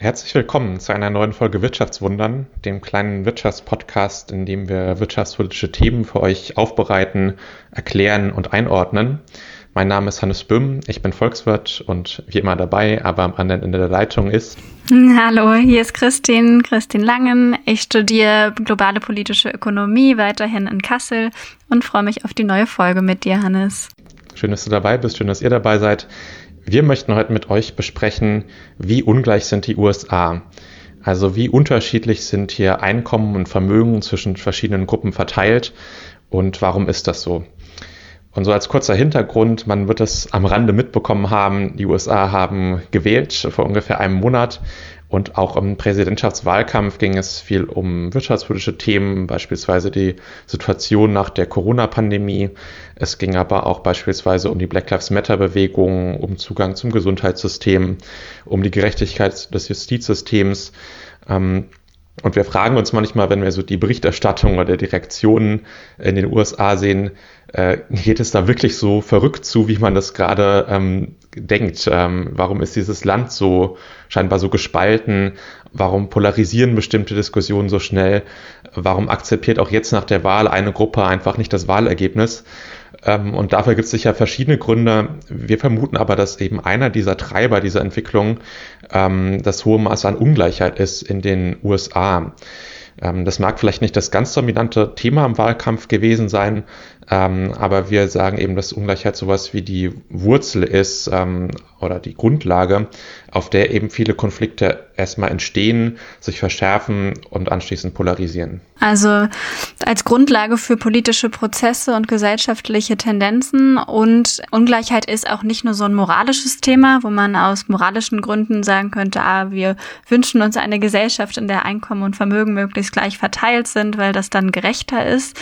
Herzlich willkommen zu einer neuen Folge Wirtschaftswundern, dem kleinen Wirtschaftspodcast, in dem wir wirtschaftspolitische Themen für euch aufbereiten, erklären und einordnen. Mein Name ist Hannes Böhm, ich bin Volkswirt und wie immer dabei, aber am anderen Ende der Leitung ist... Hallo, hier ist Christine Langen. Ich studiere globale politische Ökonomie weiterhin in Kassel und freue mich auf die neue Folge mit dir, Hannes. Schön, dass du dabei bist, schön, dass ihr dabei seid. Wir möchten heute mit euch besprechen, wie ungleich sind die USA. Also wie unterschiedlich sind hier Einkommen und Vermögen zwischen verschiedenen Gruppen verteilt und warum ist das so? Und so als kurzer Hintergrund, man wird es am Rande mitbekommen haben, die USA haben gewählt vor ungefähr einem Monat und auch im Präsidentschaftswahlkampf ging es viel um wirtschaftspolitische Themen, beispielsweise die Situation nach der Corona-Pandemie. Es ging aber auch beispielsweise um die Black Lives Matter-Bewegung, um Zugang zum Gesundheitssystem, um die Gerechtigkeit des Justizsystems. Und wir fragen uns manchmal, wenn wir so die Berichterstattung oder die Reaktionen in den USA sehen, geht es da wirklich so verrückt zu, wie man das gerade denkt? Warum ist dieses Land so scheinbar so gespalten? Warum polarisieren bestimmte Diskussionen so schnell? Warum akzeptiert auch jetzt nach der Wahl eine Gruppe einfach nicht das Wahlergebnis? Und dafür gibt es sicher verschiedene Gründe. Wir vermuten aber, dass eben einer dieser Treiber dieser Entwicklung das hohe Maß an Ungleichheit ist in den USA. Das mag vielleicht nicht das ganz dominante Thema im Wahlkampf gewesen sein, aber wir sagen eben, dass Ungleichheit sowas wie die Wurzel ist oder die Grundlage, auf der eben viele Konflikte erstmal entstehen, sich verschärfen und anschließend polarisieren. Also als Grundlage für politische Prozesse und gesellschaftliche Tendenzen, und Ungleichheit ist auch nicht nur so ein moralisches Thema, wo man aus moralischen Gründen sagen könnte, wir wünschen uns eine Gesellschaft, in der Einkommen und Vermögen möglichst gleich verteilt sind, weil das dann gerechter ist,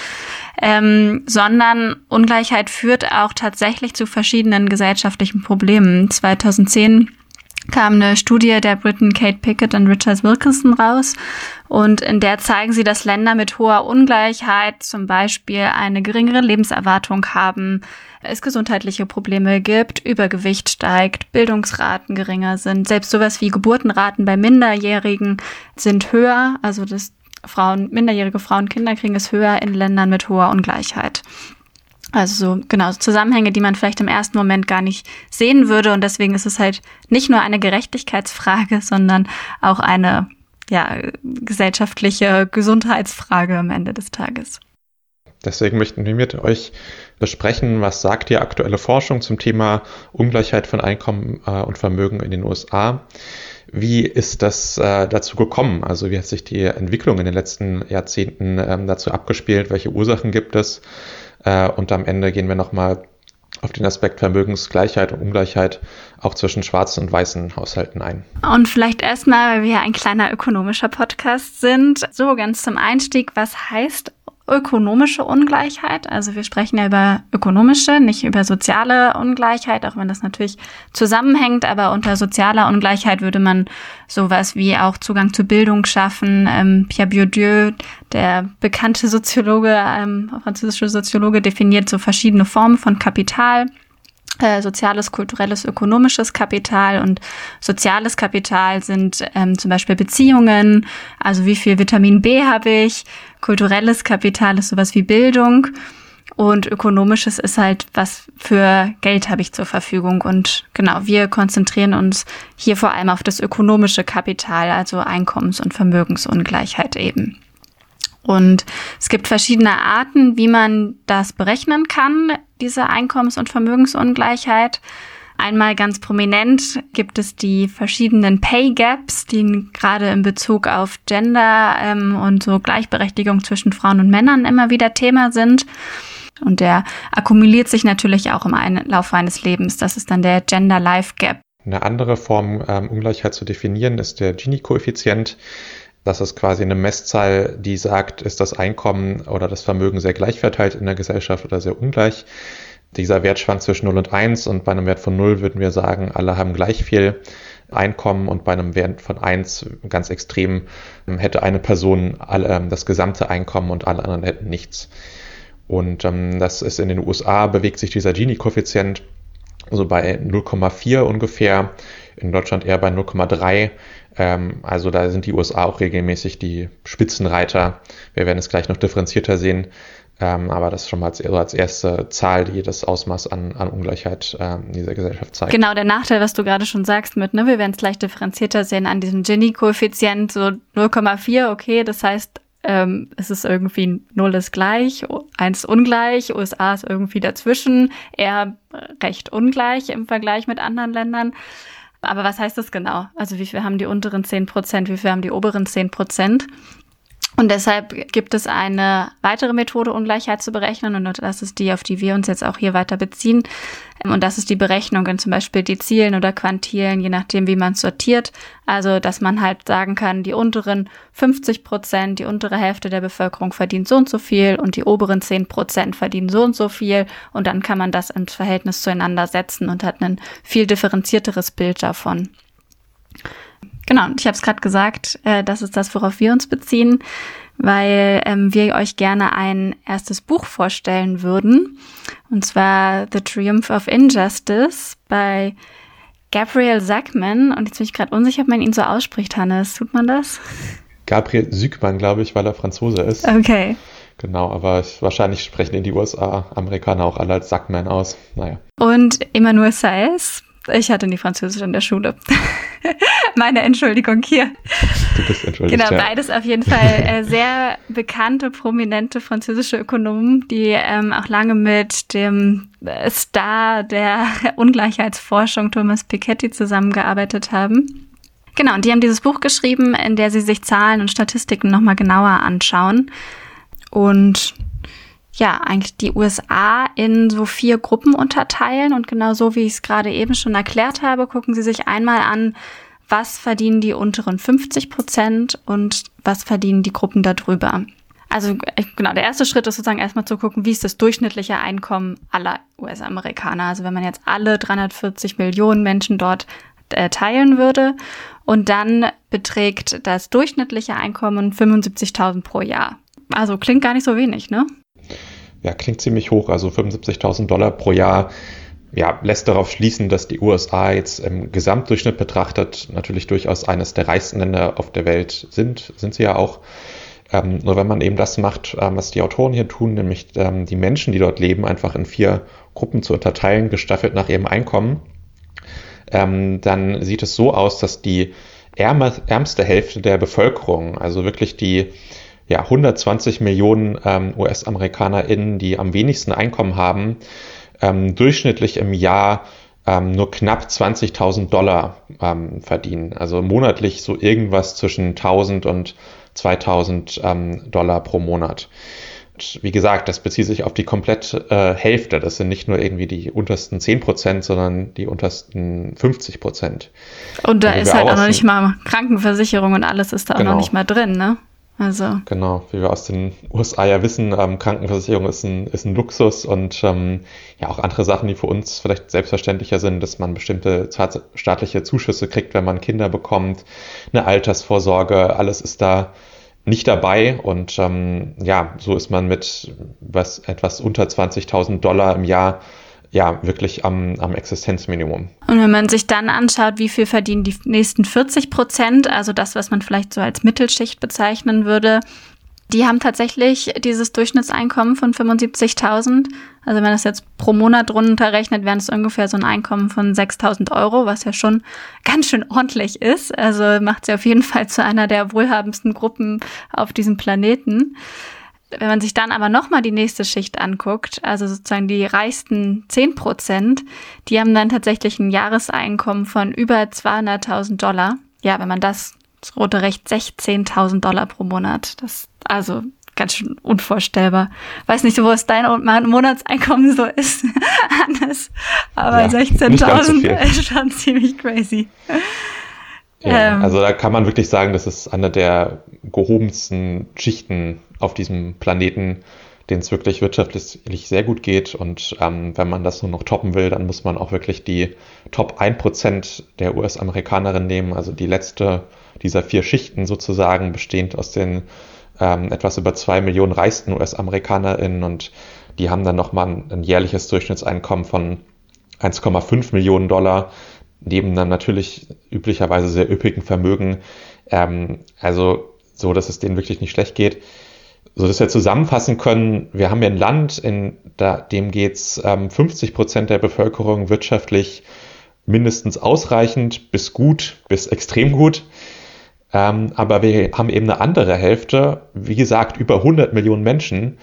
sondern Ungleichheit führt auch tatsächlich zu verschiedenen gesellschaftlichen Problemen. 2010 kam eine Studie der Briten Kate Pickett und Richard Wilkinson raus und in der zeigen sie, dass Länder mit hoher Ungleichheit zum Beispiel eine geringere Lebenserwartung haben, es gesundheitliche Probleme gibt, Übergewicht steigt, Bildungsraten geringer sind, selbst sowas wie Geburtenraten bei Minderjährigen sind höher, also das minderjährige Frauen Kinder kriegen, ist höher in Ländern mit hoher Ungleichheit. Also so Zusammenhänge, die man vielleicht im ersten Moment gar nicht sehen würde. Und deswegen ist es halt nicht nur eine Gerechtigkeitsfrage, sondern auch eine gesellschaftliche Gesundheitsfrage am Ende des Tages. Deswegen möchten wir mit euch besprechen, was sagt die aktuelle Forschung zum Thema Ungleichheit von Einkommen und Vermögen in den USA. Wie ist das dazu gekommen? Also wie hat sich die Entwicklung in den letzten Jahrzehnten dazu abgespielt? Welche Ursachen gibt es? Und am Ende gehen wir nochmal auf den Aspekt Vermögensgleichheit und Ungleichheit auch zwischen schwarzen und weißen Haushalten ein. Und vielleicht erstmal, weil wir ja ein kleiner ökonomischer Podcast sind, so ganz zum Einstieg, was heißt ökonomische Ungleichheit? Also wir sprechen ja über ökonomische, nicht über soziale Ungleichheit, auch wenn das natürlich zusammenhängt, aber unter sozialer Ungleichheit würde man sowas wie auch Zugang zu Bildung schaffen. Pierre Bourdieu, der bekannte Soziologe, französische Soziologe, definiert so verschiedene Formen von Kapital. Soziales, kulturelles, ökonomisches Kapital, und soziales Kapital sind zum Beispiel Beziehungen, also wie viel Vitamin B habe ich, kulturelles Kapital ist sowas wie Bildung und ökonomisches ist halt, was für Geld habe ich zur Verfügung, und genau, wir konzentrieren uns hier vor allem auf das ökonomische Kapital, also Einkommens- und Vermögensungleichheit eben. Und es gibt verschiedene Arten, wie man das berechnen kann, diese Einkommens- und Vermögensungleichheit. Einmal ganz prominent gibt es die verschiedenen Pay Gaps, die gerade in Bezug auf Gender und so Gleichberechtigung zwischen Frauen und Männern immer wieder Thema sind. Und der akkumuliert sich natürlich auch im Laufe eines Lebens. Das ist dann der Gender Life Gap. Eine andere Form, Ungleichheit zu definieren, ist der Gini-Koeffizient. Das ist quasi eine Messzahl, die sagt, ist das Einkommen oder das Vermögen sehr gleich verteilt in der Gesellschaft oder sehr ungleich. Dieser Wert schwankt zwischen 0 und 1 und bei einem Wert von 0 würden wir sagen, alle haben gleich viel Einkommen, und bei einem Wert von 1 ganz extrem hätte eine Person das gesamte Einkommen und alle anderen hätten nichts. Und das ist in den USA, bewegt sich dieser Gini-Koeffizient so bei 0,4 ungefähr, in Deutschland eher bei 0,3. Also da sind die USA auch regelmäßig die Spitzenreiter. Wir werden es gleich noch differenzierter sehen, aber das ist schon mal als erste Zahl, die das Ausmaß an Ungleichheit in dieser Gesellschaft zeigt. Genau, der Nachteil, was du gerade schon sagst wir werden es gleich differenzierter sehen an diesem Gini-Koeffizient, so 0,4, okay, das heißt, es ist irgendwie 0 ist gleich, 1 ungleich, USA ist irgendwie dazwischen, eher recht ungleich im Vergleich mit anderen Ländern. Aber was heißt das genau? Also wie viel haben die unteren 10%, wie viel haben die oberen 10%? Und deshalb gibt es eine weitere Methode, Ungleichheit zu berechnen. Und das ist die, auf die wir uns jetzt auch hier weiter beziehen. Und das ist die Berechnung in zum Beispiel Dezilen oder Quantilen, je nachdem, wie man es sortiert. Also, dass man halt sagen kann, die unteren 50%, die untere Hälfte der Bevölkerung verdient so und so viel und die oberen 10% verdienen so und so viel. Und dann kann man das ins Verhältnis zueinander setzen und hat ein viel differenzierteres Bild davon. Genau, und ich habe es gerade gesagt, das ist das, worauf wir uns beziehen, weil wir euch gerne ein erstes Buch vorstellen würden, und zwar The Triumph of Injustice bei Gabriel Zucman. Und jetzt bin ich gerade unsicher, ob man ihn so ausspricht, Hannes. Tut man das? Gabriel Zucman, glaube ich, weil er Franzose ist. Okay. Genau, aber wahrscheinlich sprechen in die USA-Amerikaner auch alle als Zucman aus. Naja. Und Emmanuel Saez. Ich hatte nie Französisch in der Schule. Meine Entschuldigung hier. Du bist entschuldigt. Genau, beides auf jeden Fall sehr bekannte, prominente französische Ökonomen, die auch lange mit dem Star der Ungleichheitsforschung Thomas Piketty zusammengearbeitet haben. Genau, und die haben dieses Buch geschrieben, in der sie sich Zahlen und Statistiken nochmal genauer anschauen. Und ja, eigentlich die USA in so 4 Gruppen unterteilen. Und genau so, wie ich es gerade eben schon erklärt habe, gucken sie sich einmal an, was verdienen die unteren 50% und was verdienen die Gruppen darüber. Also genau, der erste Schritt ist sozusagen erstmal zu gucken, wie ist das durchschnittliche Einkommen aller US-Amerikaner. Also wenn man jetzt alle 340 Millionen Menschen dort teilen würde. Und dann beträgt das durchschnittliche Einkommen 75.000 pro Jahr. Also klingt gar nicht so wenig, ne? Ja, klingt ziemlich hoch. Also $75.000 pro Jahr, ja, lässt darauf schließen, dass die USA jetzt im Gesamtdurchschnitt betrachtet natürlich durchaus eines der reichsten Länder auf der Welt sind sie ja auch. Nur wenn man eben das macht, was die Autoren hier tun, nämlich die Menschen, die dort leben, einfach in 4 Gruppen zu unterteilen, gestaffelt nach ihrem Einkommen, dann sieht es so aus, dass die ärmste Hälfte der Bevölkerung, also wirklich die 120 Millionen US-AmerikanerInnen, die am wenigsten Einkommen haben, durchschnittlich im Jahr nur knapp $20.000 verdienen. Also monatlich so irgendwas zwischen 1.000 und $2.000 pro Monat. Und wie gesagt, das bezieht sich auf die komplette Hälfte. Das sind nicht nur irgendwie die untersten 10%, sondern die untersten 50%. Und da ist halt auch noch nicht mal Krankenversicherung und alles ist da auch noch nicht mal drin, ne? Also. Genau, wie wir aus den USA ja wissen, Krankenversicherung ist ein Luxus und auch andere Sachen, die für uns vielleicht selbstverständlicher sind, dass man bestimmte staatliche Zuschüsse kriegt, wenn man Kinder bekommt, eine Altersvorsorge, alles ist da nicht dabei und so ist man mit etwas unter $20.000 im Jahr wirklich am Existenzminimum. Und wenn man sich dann anschaut, wie viel verdienen die nächsten 40%, also das, was man vielleicht so als Mittelschicht bezeichnen würde, die haben tatsächlich dieses Durchschnittseinkommen von 75.000. Also wenn man das jetzt pro Monat runterrechnet, wären es ungefähr so ein Einkommen von 6.000 €, was ja schon ganz schön ordentlich ist. Also macht sie auf jeden Fall zu einer der wohlhabendsten Gruppen auf diesem Planeten. Wenn man sich dann aber nochmal die nächste Schicht anguckt, also sozusagen die reichsten 10%, die haben dann tatsächlich ein Jahreseinkommen von über $200.000. Ja, wenn man das runterrechnet, $16.000 pro Monat. Das also ganz schön unvorstellbar. Weiß nicht, wo es dein Monatseinkommen so ist, Hannes, aber 16.000 ist schon ziemlich crazy. Ja, also da kann man wirklich sagen, das ist eine der gehobensten Schichten auf diesem Planeten, denen es wirklich wirtschaftlich sehr gut geht. Und wenn man das nur noch toppen will, dann muss man auch wirklich die Top 1% der US-Amerikanerinnen nehmen. Also die letzte dieser 4 Schichten sozusagen, bestehend aus den etwas über 2 Millionen reichsten US-AmerikanerInnen. Und die haben dann nochmal ein jährliches Durchschnittseinkommen von $1,5 Millionen, neben dann natürlich üblicherweise sehr üppigen Vermögen. Also so, dass es denen wirklich nicht schlecht geht. So dass wir zusammenfassen können, wir haben hier ein Land, dem geht's 50% der Bevölkerung wirtschaftlich mindestens ausreichend bis gut, bis extrem gut. Aber wir haben eben eine andere Hälfte, wie gesagt, über 100 Millionen Menschen,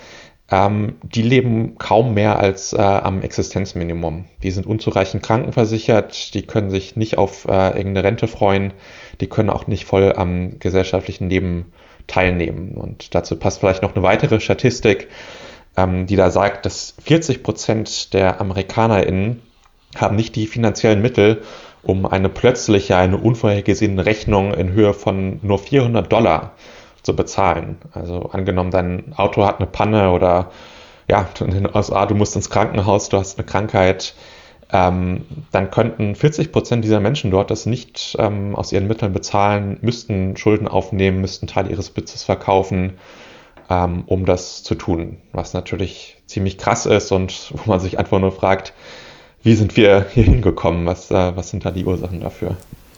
die leben kaum mehr als am Existenzminimum. Die sind unzureichend krankenversichert, die können sich nicht auf irgendeine Rente freuen, die können auch nicht voll am gesellschaftlichen Leben teilnehmen. Und dazu passt vielleicht noch eine weitere Statistik, die da sagt, dass 40% der AmerikanerInnen haben nicht die finanziellen Mittel, um eine unvorhergesehene Rechnung in Höhe von nur $400 zu bezahlen. Also angenommen, dein Auto hat eine Panne oder ja, in den USA, du musst ins Krankenhaus, du hast eine Krankheit, dann könnten 40% dieser Menschen dort das nicht aus ihren Mitteln bezahlen, müssten Schulden aufnehmen, müssten Teile ihres Besitzes verkaufen, um das zu tun. Was natürlich ziemlich krass ist und wo man sich einfach nur fragt, wie sind wir hier hingekommen? Was sind da die Ursachen dafür?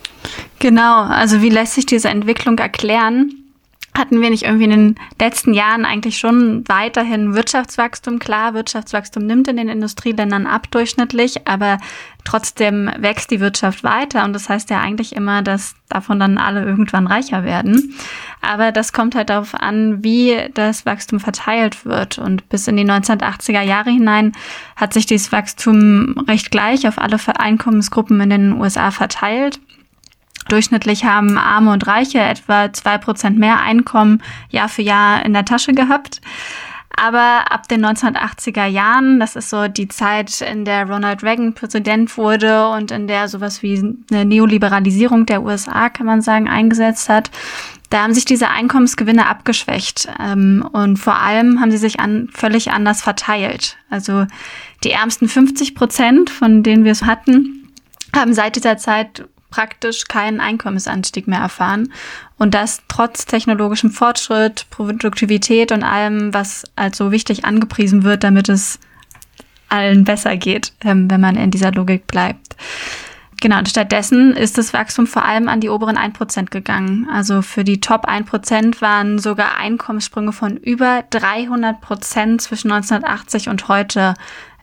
Genau, also wie lässt sich diese Entwicklung erklären? Hatten wir nicht irgendwie in den letzten Jahren eigentlich schon weiterhin Wirtschaftswachstum? Klar, Wirtschaftswachstum nimmt in den Industrieländern ab durchschnittlich, aber trotzdem wächst die Wirtschaft weiter und das heißt ja eigentlich immer, dass davon dann alle irgendwann reicher werden. Aber das kommt halt darauf an, wie das Wachstum verteilt wird und bis in die 1980er Jahre hinein hat sich dieses Wachstum recht gleich auf alle Einkommensgruppen in den USA verteilt. Durchschnittlich haben Arme und Reiche etwa 2% mehr Einkommen Jahr für Jahr in der Tasche gehabt. Aber ab den 1980er Jahren, das ist so die Zeit, in der Ronald Reagan Präsident wurde und in der sowas wie eine Neoliberalisierung der USA, kann man sagen, eingesetzt hat, da haben sich diese Einkommensgewinne abgeschwächt. Und vor allem haben sie sich völlig anders verteilt. Also die ärmsten 50%, von denen wir es hatten, haben seit dieser Zeit praktisch keinen Einkommensanstieg mehr erfahren. Und das trotz technologischem Fortschritt, Produktivität und allem, was als so wichtig angepriesen wird, damit es allen besser geht, wenn man in dieser Logik bleibt. Genau, und stattdessen ist das Wachstum vor allem an die oberen 1% gegangen. Also für die Top 1% waren sogar Einkommenssprünge von über 300% zwischen 1980 und heute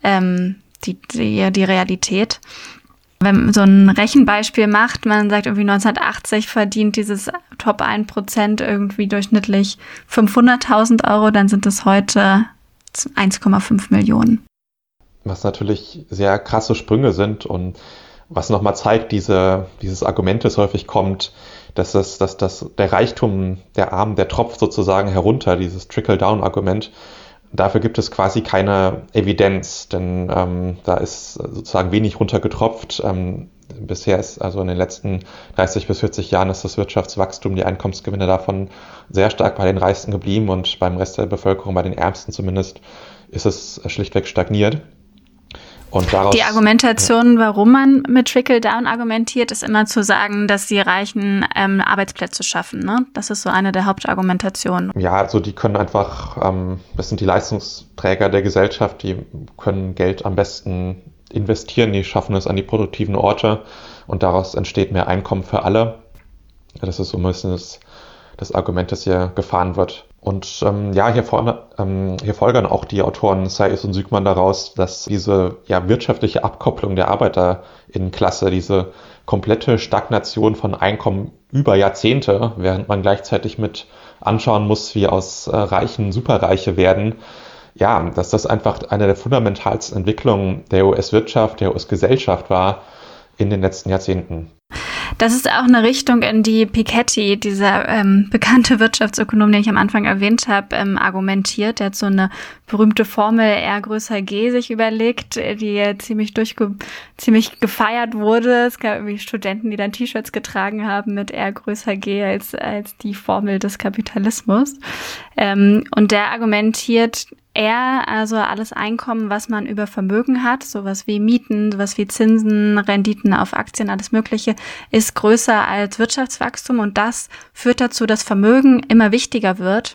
die Realität. Wenn man so ein Rechenbeispiel macht, man sagt irgendwie 1980 verdient dieses Top 1% irgendwie durchschnittlich 500.000 Euro, dann sind es heute 1,5 Millionen. Was natürlich sehr krasse Sprünge sind und was nochmal zeigt, dieses Argument, das häufig kommt, dass der Reichtum der Armen, der tropft sozusagen herunter, dieses Trickle-Down-Argument. Dafür gibt es quasi keine Evidenz, denn da ist sozusagen wenig runtergetropft. Bisher ist also in den letzten 30 bis 40 Jahren ist das Wirtschaftswachstum, die Einkommensgewinne davon sehr stark bei den Reichsten geblieben und beim Rest der Bevölkerung, bei den Ärmsten zumindest, ist es schlichtweg stagniert. Und daraus, die Argumentation, warum man mit Trickle-Down argumentiert, ist immer zu sagen, dass die Reichen Arbeitsplätze schaffen. Ne? Das ist so eine der Hauptargumentationen. Ja, also die können einfach, das sind die Leistungsträger der Gesellschaft, die können Geld am besten investieren, die schaffen es an die produktiven Orte und daraus entsteht mehr Einkommen für alle. Das ist so ein bisschen das Argument, das hier gefahren wird. Und hier folgern auch die Autoren Sayers und Sügmann daraus, dass diese wirtschaftliche Abkopplung der ArbeiterInnenklasse, diese komplette Stagnation von Einkommen über Jahrzehnte, während man gleichzeitig mit anschauen muss, wie aus Reichen Superreiche werden, dass das einfach eine der fundamentalsten Entwicklungen der US-Wirtschaft, der US-Gesellschaft war in den letzten Jahrzehnten. Das ist auch eine Richtung, in die Piketty, dieser bekannte Wirtschaftsökonom, den ich am Anfang erwähnt habe, argumentiert. Der hat so eine berühmte Formel R größer G sich überlegt, die ziemlich gefeiert wurde. Es gab irgendwie Studenten, die dann T-Shirts getragen haben mit R größer G als die Formel des Kapitalismus. Und der argumentiert, also alles Einkommen, was man über Vermögen hat, sowas wie Mieten, sowas wie Zinsen, Renditen auf Aktien, alles Mögliche, ist größer als Wirtschaftswachstum und das führt dazu, dass Vermögen immer wichtiger wird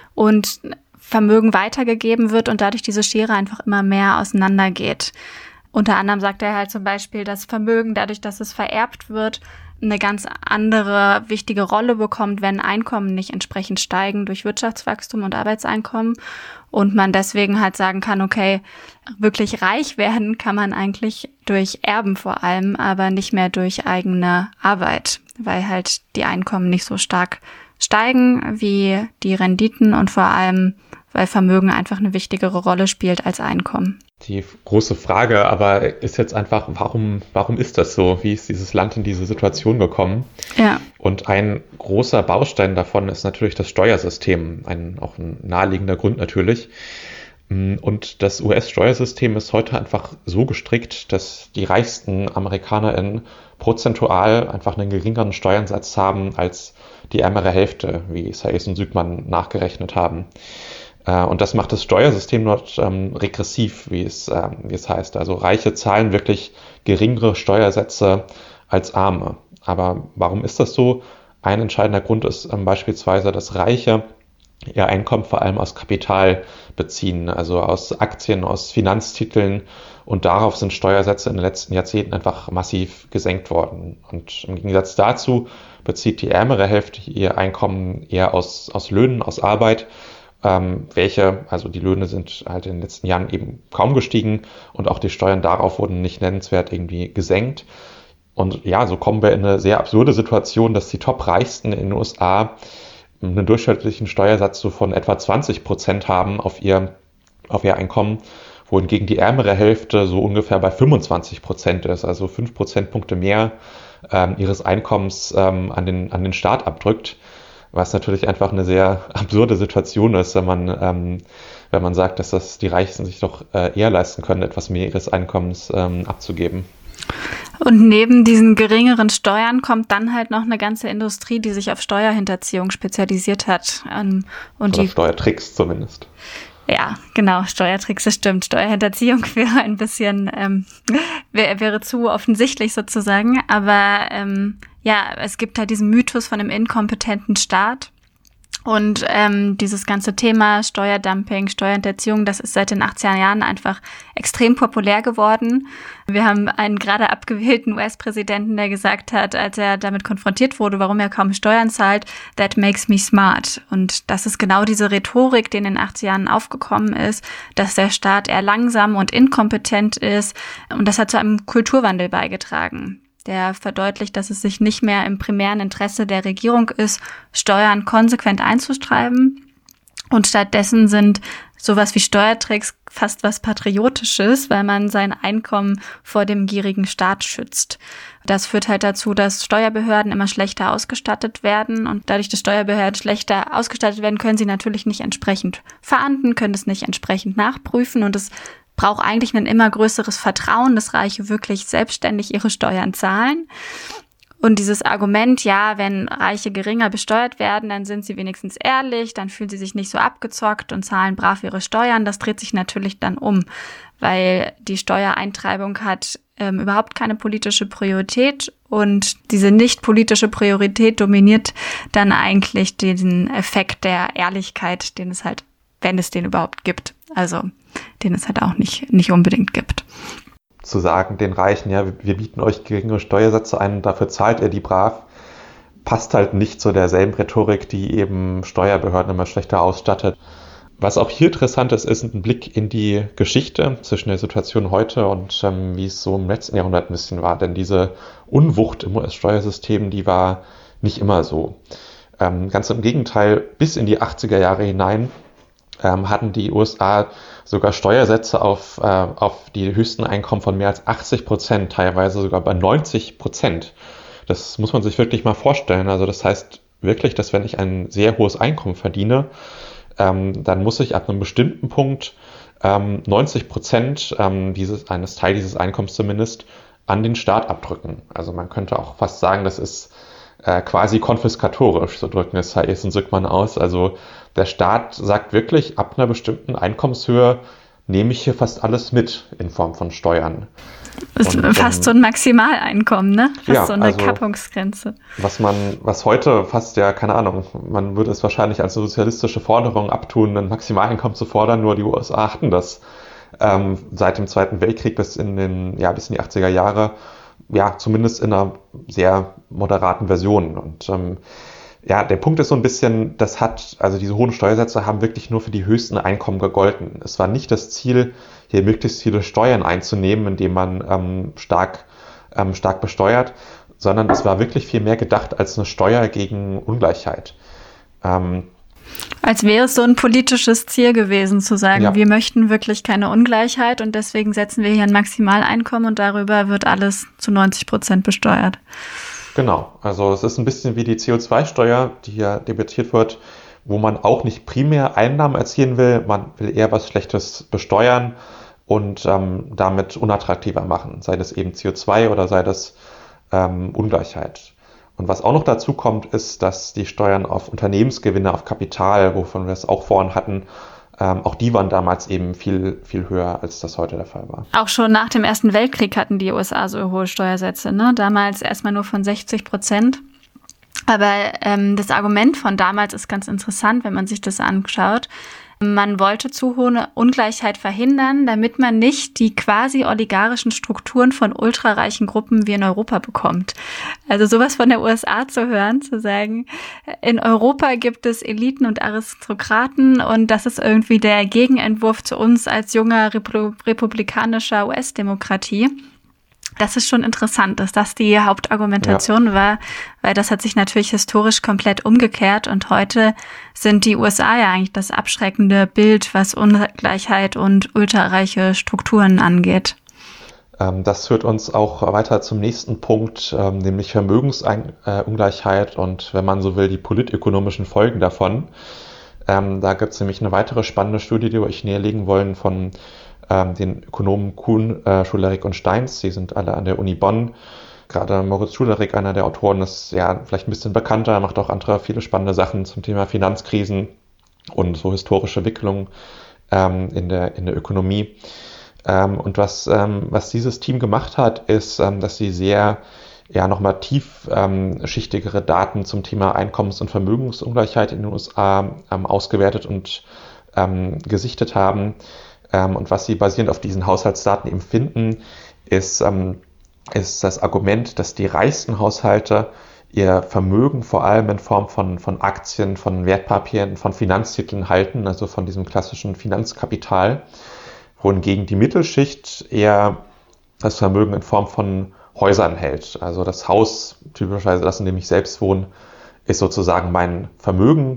und Vermögen weitergegeben wird und dadurch diese Schere einfach immer mehr auseinandergeht. Unter anderem sagt er halt zum Beispiel, dass Vermögen, dadurch, dass es vererbt wird, eine ganz andere wichtige Rolle bekommt, wenn Einkommen nicht entsprechend steigen durch Wirtschaftswachstum und Arbeitseinkommen. Und man deswegen halt sagen kann, okay, wirklich reich werden kann man eigentlich durch Erben vor allem, aber nicht mehr durch eigene Arbeit, weil halt die Einkommen nicht so stark steigen wie die Renditen und vor allem, weil Vermögen einfach eine wichtigere Rolle spielt als Einkommen. Die große Frage aber ist jetzt einfach, warum ist das so? Wie ist dieses Land in diese Situation gekommen? Ja. Und ein großer Baustein davon ist natürlich das Steuersystem, auch ein naheliegender Grund natürlich. Und das US-Steuersystem ist heute einfach so gestrickt, dass die reichsten AmerikanerInnen prozentual einfach einen geringeren Steuersatz haben als die ärmere Hälfte, wie Sayers und Sügmann nachgerechnet haben. Und das macht das Steuersystem dort regressiv, wie es heißt. Also Reiche zahlen wirklich geringere Steuersätze als Arme. Aber warum ist das so? Ein entscheidender Grund ist beispielsweise, dass Reiche ihr Einkommen vor allem aus Kapital beziehen, also aus Aktien, aus Finanztiteln. Und darauf sind Steuersätze in den letzten Jahrzehnten einfach massiv gesenkt worden. Und im Gegensatz dazu bezieht die ärmere Hälfte ihr Einkommen eher aus Löhnen, aus Arbeit. Also die Löhne sind halt in den letzten Jahren eben kaum gestiegen und auch die Steuern darauf wurden nicht nennenswert irgendwie gesenkt. Und ja, so kommen wir in eine sehr absurde Situation, dass die Top-Reichsten in den USA einen durchschnittlichen Steuersatz so von etwa 20% haben auf ihr Einkommen, wohingegen die ärmere Hälfte so ungefähr bei 25% ist, also 5 Prozentpunkte mehr ihres Einkommens an den Staat abdrückt. Was natürlich einfach eine sehr absurde Situation ist, wenn man sagt, dass das die Reichsten sich doch eher leisten können, etwas mehr ihres Einkommens abzugeben. Und neben diesen geringeren Steuern kommt dann halt noch eine ganze Industrie, die sich auf Steuerhinterziehung spezialisiert hat. Oder Steuertricks zumindest. Ja, genau, Steuertricks, das stimmt. Steuerhinterziehung wäre ein bisschen, wäre zu offensichtlich sozusagen. Aber ja, es gibt halt diesen Mythos von einem inkompetenten Staat. Und dieses ganze Thema Steuerdumping, Steuerhinterziehung, das ist seit den 80er Jahren einfach extrem populär geworden. Wir haben einen gerade abgewählten US-Präsidenten, der gesagt hat, als er damit konfrontiert wurde, warum er kaum Steuern zahlt, that makes me smart. Und das ist genau diese Rhetorik, die in den 80er Jahren aufgekommen ist, dass der Staat eher langsam und inkompetent ist. Und das hat zu einem Kulturwandel beigetragen. Der verdeutlicht, dass es sich nicht mehr im primären Interesse der Regierung ist, Steuern konsequent einzutreiben. Und stattdessen sind sowas wie Steuertricks fast was Patriotisches, weil man sein Einkommen vor dem gierigen Staat schützt. Das führt halt dazu, dass Steuerbehörden immer schlechter ausgestattet werden. Und dadurch, dass Steuerbehörden schlechter ausgestattet werden, können sie natürlich nicht entsprechend verahnden, können es nicht entsprechend nachprüfen. Und es braucht eigentlich ein immer größeres Vertrauen, dass Reiche wirklich selbstständig ihre Steuern zahlen. Und dieses Argument, ja, wenn Reiche geringer besteuert werden, dann sind sie wenigstens ehrlich, dann fühlen sie sich nicht so abgezockt und zahlen brav ihre Steuern. Das dreht sich natürlich dann um, weil die Steuereintreibung hat überhaupt keine politische Priorität und diese nicht politische Priorität dominiert dann eigentlich den Effekt der Ehrlichkeit, den es halt, wenn es den überhaupt gibt, also den es halt auch nicht unbedingt gibt. Zu sagen, den Reichen, ja, wir bieten euch geringere Steuersätze ein, dafür zahlt ihr die brav, passt halt nicht zu derselben Rhetorik, die eben Steuerbehörden immer schlechter ausstattet. Was auch hier interessant ist, ist ein Blick in die Geschichte zwischen der Situation heute und wie es so im letzten Jahrhundert ein bisschen war. Denn diese Unwucht im US-Steuersystem, die war nicht immer so. Ganz im Gegenteil, bis in die 80er Jahre hinein hatten die USA sogar Steuersätze auf die höchsten Einkommen von mehr als 80%, teilweise sogar bei 90%. Das muss man sich wirklich mal vorstellen. Also das heißt wirklich, dass wenn ich ein sehr hohes Einkommen verdiene, dann muss ich ab einem bestimmten Punkt 90% eines Teil dieses Einkommens zumindest an den Staat abdrücken. Also man könnte auch fast sagen, das ist quasi konfiskatorisch, so drücken es Sayers und Sügmann aus. Also der Staat sagt wirklich, ab einer bestimmten Einkommenshöhe nehme ich hier fast alles mit in Form von Steuern. Das ist fast so ein Maximaleinkommen, ne? Fast ja, so eine also, Kappungsgrenze. Was heute fast ja, keine Ahnung, man würde es wahrscheinlich als sozialistische Forderung abtun, ein Maximaleinkommen zu fordern, nur die USA hatten das seit dem Zweiten Weltkrieg bis in die 80er Jahre, ja, zumindest in einer sehr moderaten Version. Und der Punkt ist so ein bisschen, also diese hohen Steuersätze haben wirklich nur für die höchsten Einkommen gegolten. Es war nicht das Ziel, hier möglichst viele Steuern einzunehmen, indem man stark besteuert, sondern es war wirklich viel mehr gedacht als eine Steuer gegen Ungleichheit. Als wäre es so ein politisches Ziel gewesen, zu sagen, wir möchten wirklich keine Ungleichheit und deswegen setzen wir hier ein Maximaleinkommen und darüber wird alles zu 90% besteuert. Genau, also es ist ein bisschen wie die CO2-Steuer, die hier debattiert wird, wo man auch nicht primär Einnahmen erzielen will, man will eher was Schlechtes besteuern und damit unattraktiver machen, sei das eben CO2 oder sei das Ungleichheit. Und was auch noch dazu kommt, ist, dass die Steuern auf Unternehmensgewinne, auf Kapital, wovon wir es auch vorhin hatten, auch die waren damals eben viel, viel höher, als das heute der Fall war. Auch schon nach dem Ersten Weltkrieg hatten die USA so hohe Steuersätze, ne? Damals erstmal nur von 60%. Aber das Argument von damals ist ganz interessant, wenn man sich das anschaut. Man wollte zu hohe Ungleichheit verhindern, damit man nicht die quasi oligarchischen Strukturen von ultrareichen Gruppen wie in Europa bekommt. Also sowas von der USA zu hören, zu sagen, in Europa gibt es Eliten und Aristokraten und das ist irgendwie der Gegenentwurf zu uns als junger republikanischer US-Demokratie. Das ist schon interessant, dass das die Hauptargumentation war, weil das hat sich natürlich historisch komplett umgekehrt und heute sind die USA ja eigentlich das abschreckende Bild, was Ungleichheit und ultrareiche Strukturen angeht. Das führt uns auch weiter zum nächsten Punkt, nämlich Vermögensungleichheit und, wenn man so will, die politökonomischen Folgen davon. Da gibt es nämlich eine weitere spannende Studie, die wir euch näherlegen wollen, von den Ökonomen Kuhn, Schulerich und Steins. Die sind alle an der Uni Bonn. Gerade Moritz Schulerich, einer der Autoren, ist ja vielleicht ein bisschen bekannter, macht auch viele spannende Sachen zum Thema Finanzkrisen und so historische Wicklungen in der Ökonomie. Und was dieses Team gemacht hat, ist, dass sie sehr nochmal tiefschichtigere Daten zum Thema Einkommens- und Vermögensungleichheit in den USA ausgewertet und gesichtet haben. Und was sie basierend auf diesen Haushaltsdaten eben finden, ist das Argument, dass die reichsten Haushalte ihr Vermögen vor allem in Form von Aktien, von Wertpapieren, von Finanztiteln halten, also von diesem klassischen Finanzkapital, wohingegen die Mittelschicht eher das Vermögen in Form von Häusern hält. Also das Haus, typischerweise das, in dem ich selbst wohne, ist sozusagen mein Vermögen.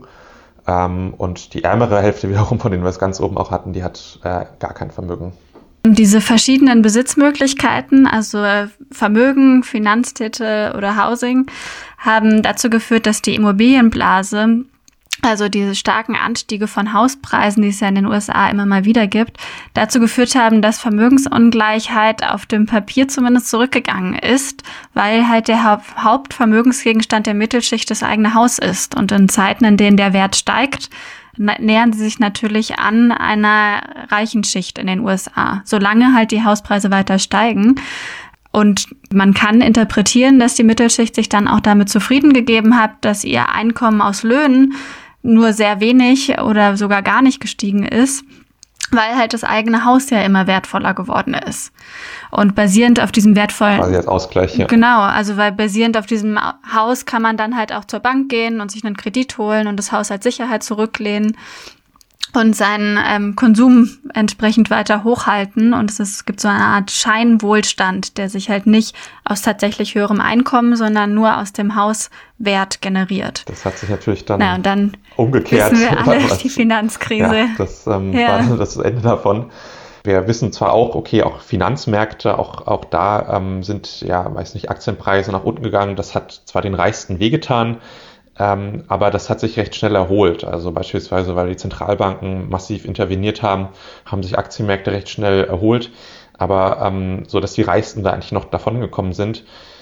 Und die ärmere Hälfte wiederum, von denen wir es ganz oben auch hatten, die hat gar kein Vermögen. Diese verschiedenen Besitzmöglichkeiten, also Vermögen, Finanztitel oder Housing, haben dazu geführt, dass die Immobilienblase, also diese starken Anstiege von Hauspreisen, die es ja in den USA immer mal wieder gibt, dazu geführt haben, dass Vermögensungleichheit auf dem Papier zumindest zurückgegangen ist, weil halt der Hauptvermögensgegenstand der Mittelschicht das eigene Haus ist. Und in Zeiten, in denen der Wert steigt, nähern sie sich natürlich an einer reichen Schicht in den USA, solange halt die Hauspreise weiter steigen. Und man kann interpretieren, dass die Mittelschicht sich dann auch damit zufrieden gegeben hat, dass ihr Einkommen aus Löhnen nur sehr wenig oder sogar gar nicht gestiegen ist, weil halt das eigene Haus ja immer wertvoller geworden ist. Und basierend auf diesem wertvollen... Quasi als Ausgleich, ja. Genau, also weil basierend auf diesem Haus kann man dann halt auch zur Bank gehen und sich einen Kredit holen und das Haus als Sicherheit zurücklehnen und seinen Konsum entsprechend weiter hochhalten. Und es gibt so eine Art Scheinwohlstand, der sich halt nicht aus tatsächlich höherem Einkommen, sondern nur aus dem Hauswert generiert. Das hat sich natürlich dann, und dann umgekehrt. Wissen wir alle, die Finanzkrise. Ja, das war das Ende davon. Wir wissen zwar auch, okay, auch Finanzmärkte, auch da sind, Aktienpreise nach unten gegangen. Das hat zwar den Reichsten wehgetan, aber das hat sich recht schnell erholt. Also beispielsweise, weil die Zentralbanken massiv interveniert haben, haben sich Aktienmärkte recht schnell erholt. Aber so, dass die Reichsten da eigentlich noch davon gekommen sind.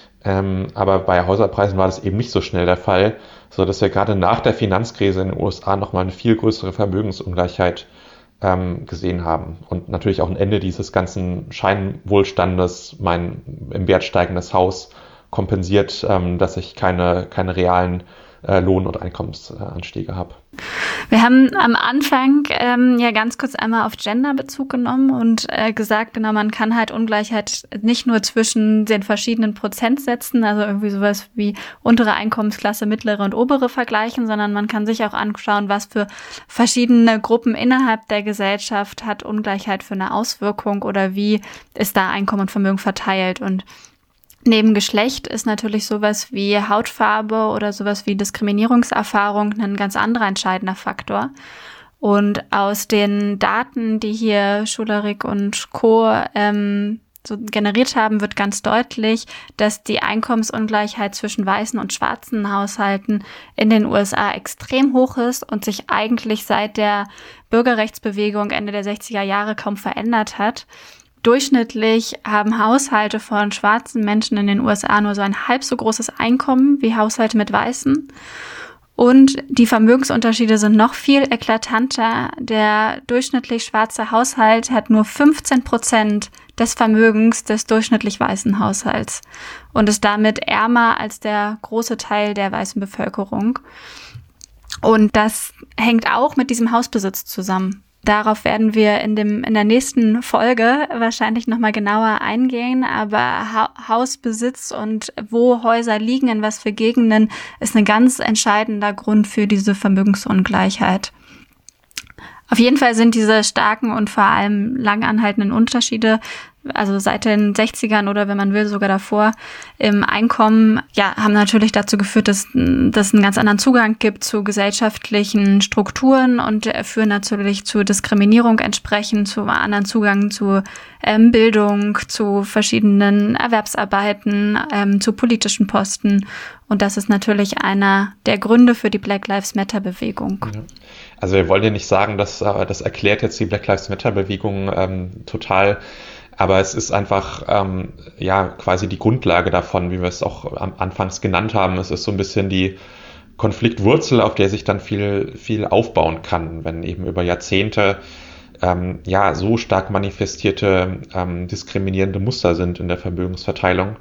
Aber bei Häuserpreisen war das eben nicht so schnell der Fall, so dass wir gerade nach der Finanzkrise in den USA nochmal eine viel größere Vermögensungleichheit gesehen haben. Und natürlich auch ein Ende dieses ganzen Scheinwohlstandes, mein im Wert steigendes Haus kompensiert, dass ich keine realen Lohn- und Einkommensanstiege habe. Wir haben am Anfang ja ganz kurz einmal auf Gender Bezug genommen und gesagt, genau, man kann halt Ungleichheit nicht nur zwischen den verschiedenen Prozentsätzen, also irgendwie sowas wie untere Einkommensklasse, mittlere und obere vergleichen, sondern man kann sich auch anschauen, was für verschiedene Gruppen innerhalb der Gesellschaft hat Ungleichheit für eine Auswirkung oder wie ist da Einkommen und Vermögen verteilt. Und neben Geschlecht ist natürlich sowas wie Hautfarbe oder sowas wie Diskriminierungserfahrung ein ganz anderer entscheidender Faktor. Und aus den Daten, die hier Schulerik und Co. so generiert haben, wird ganz deutlich, dass die Einkommensungleichheit zwischen weißen und schwarzen Haushalten in den USA extrem hoch ist und sich eigentlich seit der Bürgerrechtsbewegung Ende der 60er Jahre kaum verändert hat. Durchschnittlich haben Haushalte von schwarzen Menschen in den USA nur so ein halb so großes Einkommen wie Haushalte mit Weißen. Und die Vermögensunterschiede sind noch viel eklatanter. Der durchschnittlich schwarze Haushalt hat nur 15% des Vermögens des durchschnittlich weißen Haushalts und ist damit ärmer als der große Teil der weißen Bevölkerung. Und das hängt auch mit diesem Hausbesitz zusammen. Darauf werden wir in der nächsten Folge wahrscheinlich nochmal genauer eingehen, aber Hausbesitz und wo Häuser liegen, in was für Gegenden, ist ein ganz entscheidender Grund für diese Vermögensungleichheit. Auf jeden Fall sind diese starken und vor allem lang anhaltenden Unterschiede, also seit den 60ern oder wenn man will sogar davor, im Einkommen, ja, haben natürlich dazu geführt, dass es einen ganz anderen Zugang gibt zu gesellschaftlichen Strukturen und führen natürlich zu Diskriminierung entsprechend, zu anderen Zugang zu Bildung, zu verschiedenen Erwerbsarbeiten, zu politischen Posten. Und das ist natürlich einer der Gründe für die Black Lives Matter Bewegung. Ja. Also wir wollen ja nicht sagen, dass das erklärt jetzt die Black Lives Matter Bewegung total. Aber es ist einfach quasi die Grundlage davon, wie wir es auch anfangs genannt haben. Es ist so ein bisschen die Konfliktwurzel, auf der sich dann viel aufbauen kann, wenn eben über Jahrzehnte so stark manifestierte diskriminierende Muster sind in der Vermögensverteilung.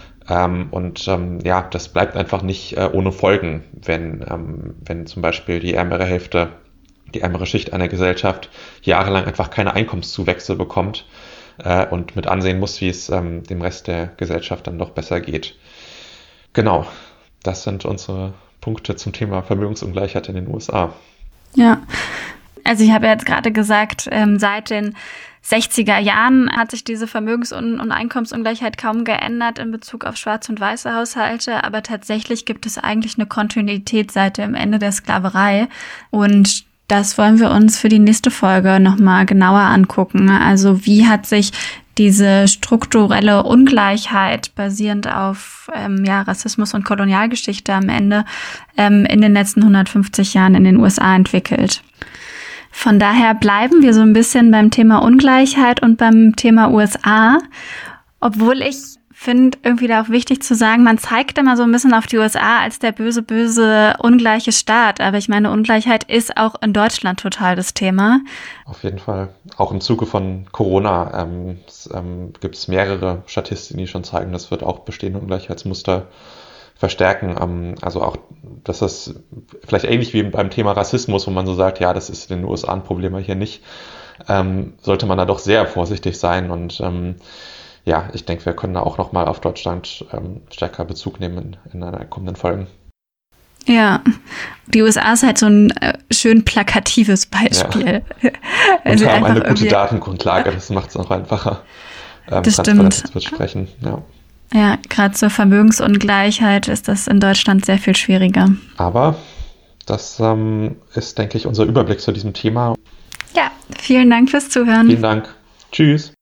Das bleibt einfach nicht ohne Folgen, wenn zum Beispiel die ärmere Schicht einer Gesellschaft jahrelang einfach keine Einkommenszuwächse bekommt und mit ansehen muss, wie es dem Rest der Gesellschaft dann doch besser geht. Genau, das sind unsere Punkte zum Thema Vermögensungleichheit in den USA. Ja, also ich habe ja jetzt gerade gesagt, seit den 60er Jahren hat sich diese Vermögens- und Einkommensungleichheit kaum geändert in Bezug auf schwarze und weiße Haushalte, aber tatsächlich gibt es eigentlich eine Kontinuität seit dem Ende der Sklaverei und das wollen wir uns für die nächste Folge nochmal genauer angucken. Also wie hat sich diese strukturelle Ungleichheit basierend auf Rassismus und Kolonialgeschichte am Ende in den letzten 150 Jahren in den USA entwickelt. Von daher bleiben wir so ein bisschen beim Thema Ungleichheit und beim Thema USA, obwohl ich finde, irgendwie da auch wichtig zu sagen, man zeigt immer so ein bisschen auf die USA als der böse, böse, ungleiche Staat. Aber ich meine, Ungleichheit ist auch in Deutschland total das Thema. Auf jeden Fall. Auch im Zuge von Corona gibt es mehrere Statistiken, die schon zeigen, das wird auch bestehende Ungleichheitsmuster verstärken. Also auch, das ist vielleicht ähnlich wie beim Thema Rassismus, wo man so sagt, ja, das ist in den USA ein Problem, aber hier nicht. Sollte man da doch sehr vorsichtig sein und ich denke, wir können da auch nochmal auf Deutschland stärker Bezug nehmen in einer kommenden Folge. Ja, die USA ist halt so ein schön plakatives Beispiel. Ja. Und haben eine gute Datengrundlage, das macht es auch einfacher, Transparenz zu besprechen. Ja, gerade zur Vermögensungleichheit ist das in Deutschland sehr viel schwieriger. Aber das ist, denke ich, unser Überblick zu diesem Thema. Ja, vielen Dank fürs Zuhören. Vielen Dank. Tschüss.